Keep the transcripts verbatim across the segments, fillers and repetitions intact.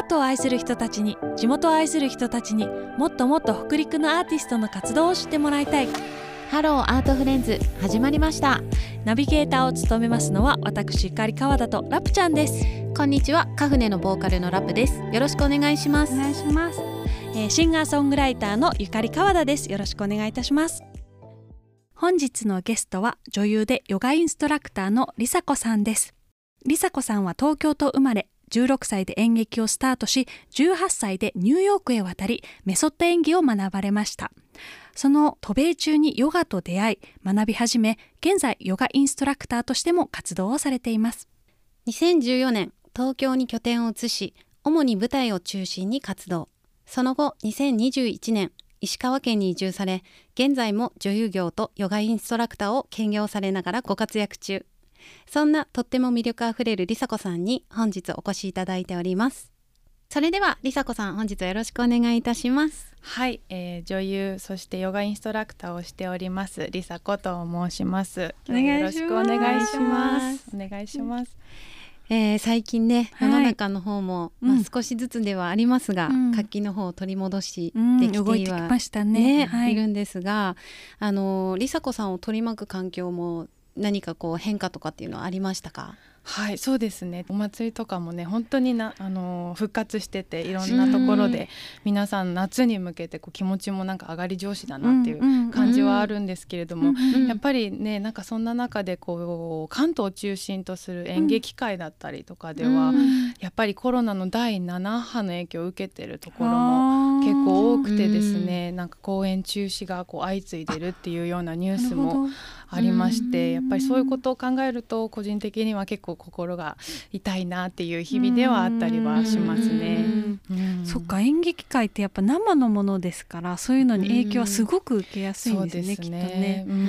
都を愛する人たちに、地元を愛する人たちにもっともっと北陸のアーティストの活動を知ってもらいたい。 ハローアートフレンズ始まりました。 ナビゲーターを務めますのは私ゆかり川田とラプちゃんです。 こんにちは、カフネのボーカルのラプです。よろしくお願いします。 お願いします、えー、シンガーソングライターのゆかり川田です。よろしくお願いいたします。本日のゲストは女優でヨガインストラクターのりさこさんです。りさこさんは東京と生まれ、じゅうろくさいで演劇をスタートし、じゅうはっさいでニューヨークへ渡りメソッド演技を学ばれました。その渡米中にヨガと出会い学び始め、現在ヨガインストラクターとしても活動をされています。 にせんじゅうよねん東京に拠点を移し、主に舞台を中心に活動。その後にせんにじゅういちねん石川県に移住され、現在も女優業とヨガインストラクターを兼業されながらご活躍中。そんなとっても魅力あふれるりさこさんに本日お越しいただいております。それではりさこさん、本日はよろしくお願いいたします。 はい、えー、女優そしてヨガインストラクターをしておりますりさこと申します。 お願いします。 よろしくお願いします。お願いします。 えー、最近ね、世の中の方も、 はい、 まあ、少しずつではありますが、うん、活気の方を取り戻してきては、 動いてきましたね、 ね、 はい、 いるんですが、あのりさこさんを取り巻く環境も何かこう変化とかっていうのはありましたか？ はい、そうですね。お祭りとかもね、本当になあの復活してて、いろんなところで皆さん夏に向けてこう気持ちもなんか上がり調子だなっていう感じはあるんですけれども、やっぱりね、なんかそんな中でこう関東を中心とする演劇界だったりとかでは、やっぱりコロナのだいななはの影響を受けてるところも結構多くてですね、なんか公演中止がこう相次いでるっていうようなニュースもありまして、やっぱりそういうことを考えると個人的には結構心が痛いなっていう日々ではあったりはしますね。 うん、そっか、演劇界ってやっぱ生のものですから、そういうのに影響はすごく受けやすいんですね、きっとね。うん、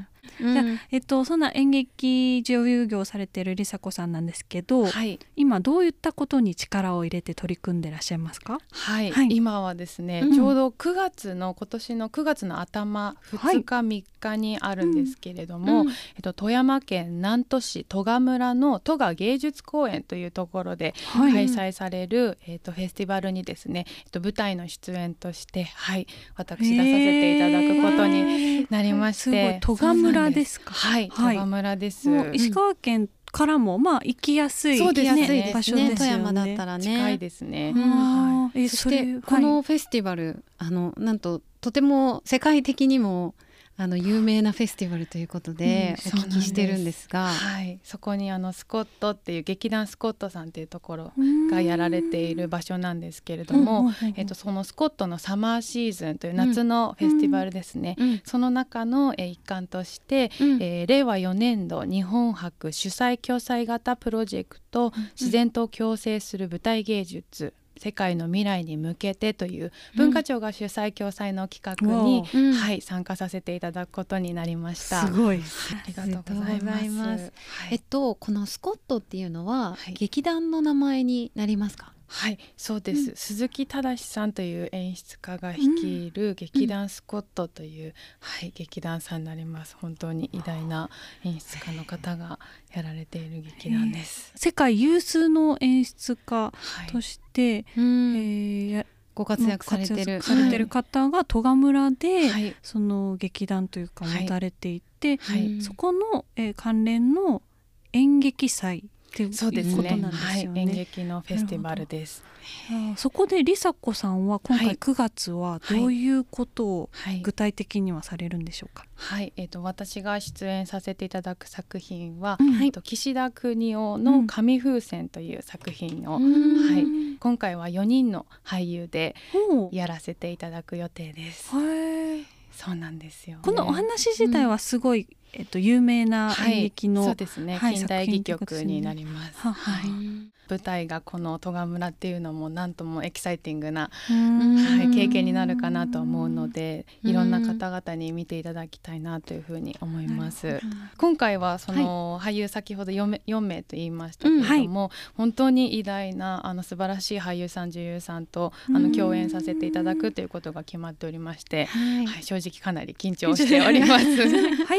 じゃあ、えっと、そんな演劇女優業をされているりさこさんなんですけど、はい、今どういったことに力を入れて取り組んでらっしゃいますか？ はい、はい、今はですね、うん、ちょうどくがつの今年のくがつの頭ふつかみっかにあるんですけれども、はい、うん、えっと、富山県南砺市戸賀村の戸賀芸術公園というところで開催される、はい、えっと、フェスティバルにですね、えっと、舞台の出演として、はい、私出させていただくことになりまして。 戸賀村ですか？ はい、戸賀村です。 もう石川県からもまあ行きやすい、 そうですね、 ね、場所ですよね。 富山だったらね、 近いですね。 はい、えそしてこのフェスティバル、はい、あのなんととても世界的にもあの有名なフェスティバルということでお聞きしてるんですが、 うん、はい、そこにあのスコットっていう劇団スコットさんっていうところがやられている場所なんですけれども、えっと、そのスコットのサマーシーズンという夏のフェスティバルですね、うんうん、その中の一環として、うん、えー、れいわよねんど日本博主催共催型プロジェクト、自然と共生する舞台芸術世界の未来に向けてという文化庁が主催共催の企画に、うん、はい、参加させていただくことになりました。 すごい、 ありがとうございます。ます、はい、 えっと、このスコットっていうのは、はい、劇団の名前になりますか？ はい、そうです、うん、鈴木忠さんという演出家が率いる劇団スコットという、うん、はい、劇団さんになります。本当に偉大な演出家の方がやられている劇団です。 世界有数の演出家として、はい、えー、 ご活躍されてるされてる方が戸賀村で、はい、その劇団というか持たれていて、はい、そこの、えー、関連の演劇祭そうですね、はい、演劇のフェスティバルです。 そこでりさこさんは今回くがつはどういうことを具体的にはされるんでしょうか？ はい、えー、と私が出演させていただく作品は、うん、えー、と岸田邦夫の紙風船という作品を、うん、はい、今回はよにんの俳優でやらせていただく予定です。そうなんですよ、ね、 このお話自体はすごい、うん、えっと、有名な演劇の、 はい、そうですね、はい、近代戯曲になります。はい、舞台がこの戸賀村っていうのもなんともエキサイティングな、はい、経験になるかなと思うので、いろんな方々に見ていただきたいなというふうに思います。今回はその、はい、俳優先ほど 4, よんめいと言いましたけれども、うん、はい、本当に偉大なあの素晴らしい俳優さん女優さんとあの共演させていただくということが決まっておりまして、はいはい、正直かなり緊張しております。 俳優さんは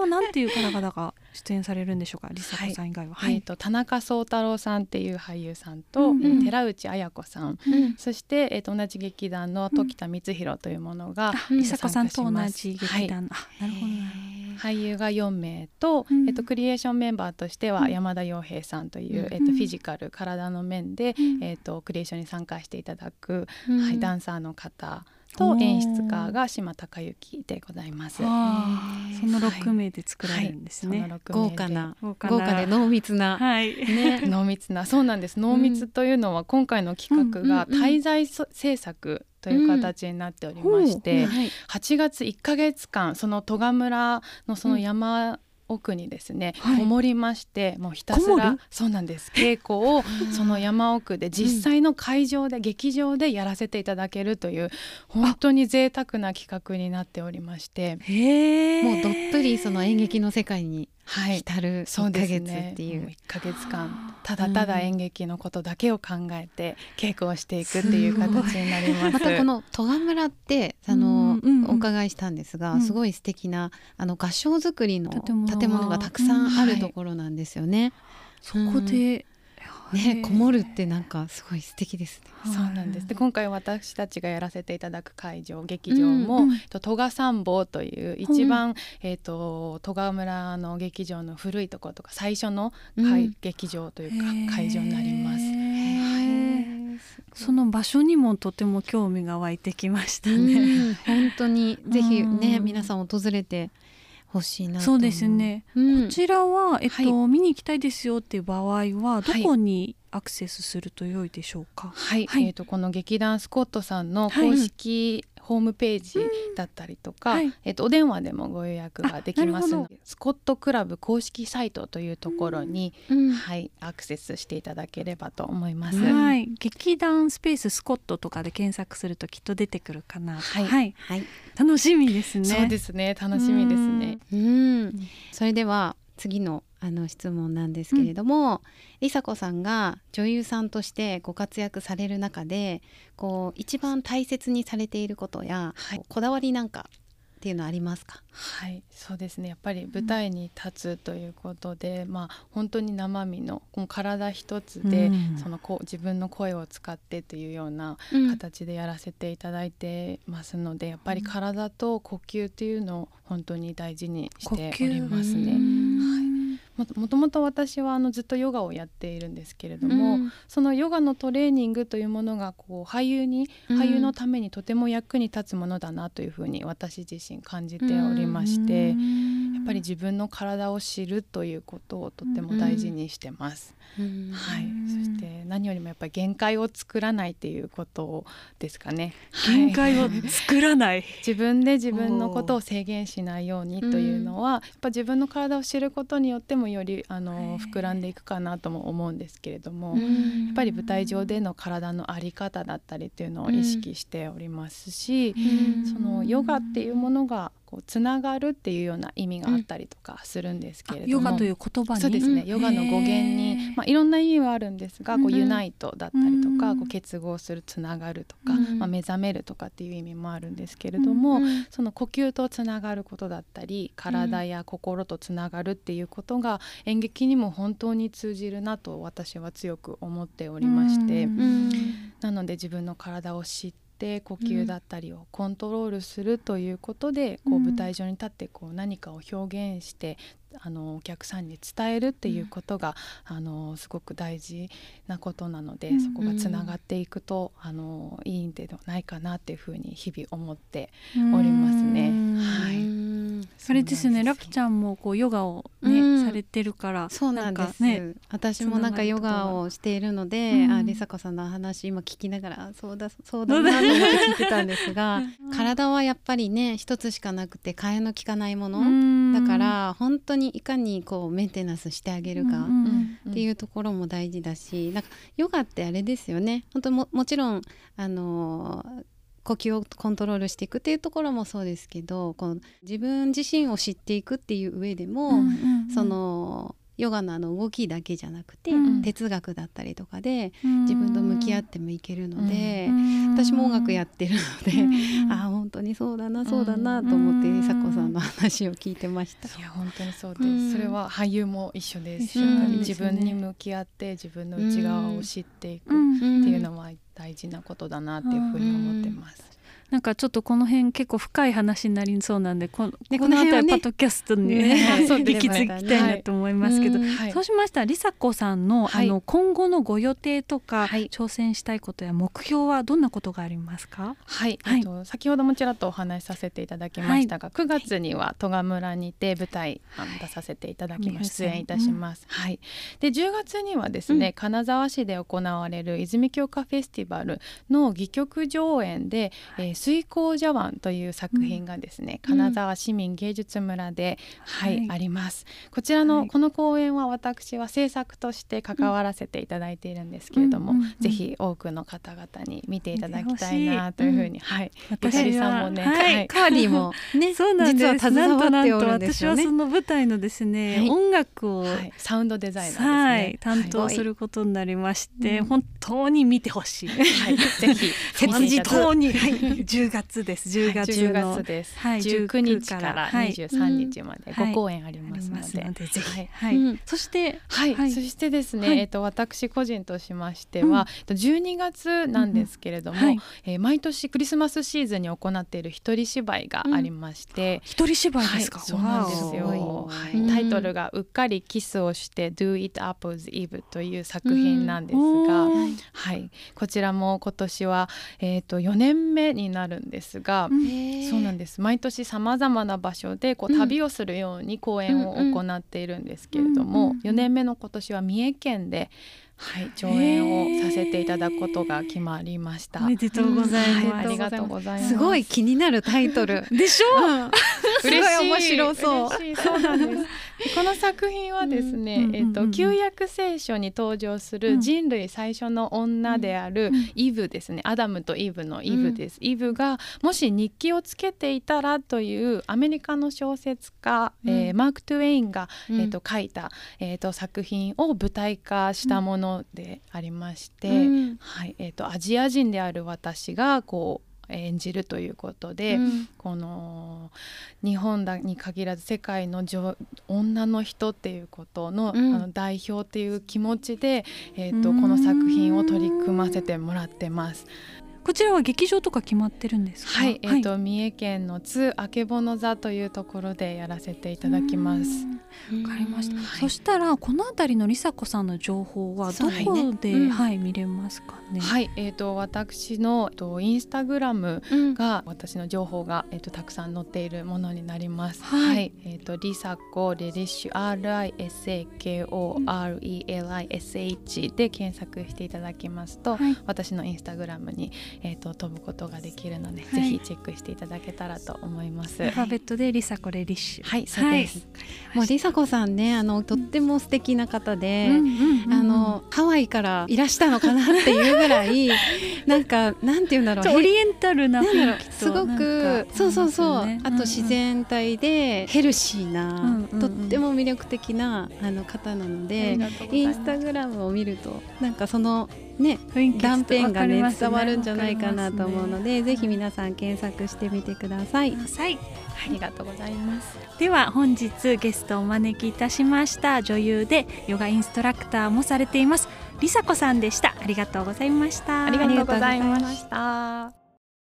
なんていう方々が出演されるんでしょうか、梨紗子さん以外は。 はい、えーと田中宗太郎さんっていう俳優さんと、 うんえー寺内綾子さん、 うん、 そして、えーと同じ劇団の時田光弘というものが、 梨紗子さんと同参加じします。 劇団、あ、なるほどなるほど。 俳優がよんめいと、 うんえっと、クリエーションメンバーとしては山田洋平さんという、 うんえっと、フィジカル体の面で、 うんえっと、クリエーションに参加していただく、 うんはい、ダンサーの方と演出家が島孝之でございます。 あーそのろくめいで作られるんですね。 はい、そのろくめいで豪華な豪華豪華で濃密な、 はいね、 濃密な、そうなんです。濃密というのは今回の企画が滞在制作という形になっておりまして、 はい、 はちがついっかげつかんその戸賀村のその山奥にですね、 はいこもりまして、もうひたすらこもるそうなんです、稽古をその山奥で実際の会場で、劇場でやらせていただけるという本当に贅沢な企画になっておりまして、 へーもうどっぷりその演劇の世界にはい浸るそう 1ヶ月ですね、 っていう、 もういっかげつかんただただ演劇のことだけを考えて稽古をしていくっていう形になります。 またこの戸賀村ってあの、 うんうんうんお伺いしたんですが、 うんすごい素敵なあの合掌造りの建物が建物がたくさんあるところなんですよね。 そこで、 ね、こもるってなんかすごい素敵ですね。 そうなんです。で、今回私たちがやらせていただく会場劇場も、 うんうんえっと戸賀三坊という一番、えっと戸賀村の劇場の古いところとか最初の会、 うん劇場というか会場になります。 へーその場所にもとても興味が湧いてきましたうね。 ん本当にぜひね、 うん皆さん訪れてほしいなとそう思う。 ですね、 うんこちらは、えっとはい見に行きたいですよっていう場合はどこにアクセスすると良いでしょうか。 はい、 はいえっとこの劇団スコットさんの公式ホームページだったりとか、 はいえっとお電話でもご予約ができますあなるほので、スコットクラブ公式サイトというところに、 うんはいアクセスしていただければと思います。 はい、劇団スペーススコットとかで検索するときっと出てくるかなと、 はいはい、 はい、 楽しみですね。 そうですね、楽しみですね。 うん、それでは次のあの質問なんですけれども、梨紗子さんが女優さんとしてご活躍される中でこう一番大切にされていることや、 はいこだわりなんかっていうのはありますか？ はい、そうですね。やっぱり舞台に立つということで、うん、まあ本当に生身のこの体一つで、うん、そのこう自分の声を使ってというような形でやらせていただいてますので、うん、やっぱり体と呼吸っていうのを本当に大事にしておりますね。はい、もともと私はあのずっとヨガをやっているんですけれども、うん、そのヨガのトレーニングというものがこう俳優に、うん、俳優のためにとても役に立つものだなというふうに私自身感じておりまして、うん、やっぱり自分の体を知るということをとても大事にしてます。はい、そして何よりもやっぱり限界を作らないっていうことですかね。 限界を作らない、はい、 自分で自分のことを制限しないようにというのは、やっぱ自分の体を知ることによってもよりあの膨らんでいくかなとも思うんですけれども、やっぱり舞台上での体の在り方だったりっていうのを意識しておりますし、そのヨガっていうものがこうつながるっていうような意味があったりとかするんですけれども、 ヨガという言葉にそうですね、ヨガの語源に、まあ、いろんな意味はあるんですが、こうユナイトだったりとか、こう結合する、つながるとか、まあ、目覚めるとかっていう意味もあるんですけれども、その呼吸とつながることだったり体や心とつながるっていうことが演劇にも本当に通じるなと私は強く思っておりまして、なので自分の体を知ってで呼吸だったりをコントロールするということで、うん、こう舞台上に立ってこう何かを表現してあのお客さんに伝えるっていうことが、うん、あのすごく大事なことなので、うん、そこがつながっていくと、うん、あのいいんではないかなっていうふうに日々思っておりますね。はい、 それですね、ラプちゃんもこうヨガを、ねうん、されてるからそうなんです、ね、私もなんかヨガをしているので、うん、あ梨紗子さんの話今聞きながらそうだそうだなと思って聞いてたんですが体はやっぱりね一つしかなくて替えの利かないもの、うん、だから本当にいかにこうメンテナンスしてあげるかっていうところも大事だし、なんかヨガってあれですよね、本当 も, もちろんあのー呼吸をコントロールしていくっていうところもそうですけど、この自分自身を知っていくっていう上でも、うんうんうん、そのヨガのあの動きだけじゃなくて、 うん、 哲学だったりとかで自分と向き合ってもいけるので、 うん、 私も音楽やってるので、 うん、 あ本当にそうだなそうだなと思ってりさこさんの話を聞いてました。 いや本当にそうです、うん、それは俳優も一緒です。 うん、 やっぱり自分に向き合って自分の内側を知っていくっていうのは大事なことだなっていうふうに思ってます。 なんかちょっとこの辺結構深い話になりそうなんで、こ, ね、 この辺はパッドキャストに、ねね、引き継ぎたいなと思いますけど、はい、そうしましたらりさこさん の,、はい、あの今後のご予定とか、はい、挑戦したいことや目標はどんなことがありますか？ はい、はい、えっと、先ほどもちらっとお話しさせていただきましたが、はい、くがつには戸賀村にて舞台、はい、出させていただきます、出演いたします、うん、はい、でじゅうがつにはですね、うん、金沢市で行われる泉鏡花フェスティバルの戯曲上演で、はい、えー、水耕茶碗という作品がですね、うん、金沢市民芸術村で、はいはい、あります。こちらの、はい、この公演は私は制作として関わらせていただいているんですけれども、うんうんうん、ぜひ多くの方々に見ていただきたいなというふうに、うん、はい、ゆかりさんもね、 はいはい、カーリーもねそうなんです、実は携わっておるんですよね。私はその舞台のですね、はい、音楽を、はい、 サウンドデザイナーですね、 はい、担当することになりまして、はい、本当に見てほしい、はい、 ぜひ切実に、はい、じゅうがつです。じゅうがつの、 じゅうがつです、はい、じゅうくにちからにじゅうさんにちまでごこうえんありますので、 はい、ぜひ、 はいはい、うん、そして、 はいはい、そしてですね、はい、えー、と私個人としましては、うん、じゅうにがつなんですけれども、うん、はい、えー、毎年クリスマスシーズンに行っている一人芝居がありまして、うん、 一人芝居ですか？ はい、そうなんですよ、はい、タイトルがうっかりキスをして Do It Apples Eve という作品なんですが、うん、はい、こちらも今年は、えー、とよねんめになるんですが、うん、そうなんです、毎年さまざまな場所でこう旅をするように公演を行っているんですけれども、よねんめの今年は三重県で、はい、上演をさせていただくことが決まりました。 おめでとうございます、 はい、ありがとうございます。 すごい気になるタイトルでしょ、うん、 すごい面白そう。 嬉しい、そうなんですこの作品はですね、うん、えーと、旧約聖書に登場する人類最初の女であるイブですね、アダムとイブのイブです、うん、イブがもし日記をつけていたらというアメリカの小説家、うん、えー、マーク・トゥエインが、うん、えーと書いた、えーと作品を舞台化したものでありまして、うん、はい、えーとアジア人である私がこう演じるということで、うん、この日本に限らず世界の女の人っていうことの、うん、あの代表っていう気持ちで、えーと、この作品を取り組ませてもらってます。 こちらは劇場とか決まってるんですか？ はい、えーとはい、三重県の津あけぼの座というところでやらせていただきます。 わかりました、はい、そしたらこのあたりのりさこさんの情報はどこで、ね、うん、はい、見れますかね？ はい、えーと、私の、えーと、インスタグラムが、うん、私の情報が、えーと、たくさん載っているものになります。はい、はい、えーと、りさこレリッシュ アールアイエスエーケーオーアールイーエルアイエスエイチ で検索していただきますと、はい、私のインスタグラムに、えーと、飛ぶことができるので、はい、ぜひチェックしていただけたらと思います。 アルファベットでりさこレリッシュ、 はい、そうです、 はい、もうりさこさんね、あのとっても素敵な方で、うんうんうん、あのハワイからいらしたのかなっていうぐらいなんかなんていうんだろう、 オリエンタルな雰囲気とすごく、そうそうそう、ね、あと自然体でヘルシーな、うんうんうん、とっても魅力的なあの方なので、インスタグラムを見るとなんかそのね、断片がね伝わるんじゃないかなと思うので、ね、ぜひ皆さん検索してみてください。 はい、 ありがとうございます。 では本日ゲストをお招きいたしました女優でヨガインストラクターもされていますりさこさんでした。ありがとうございました。 ありがとうございました。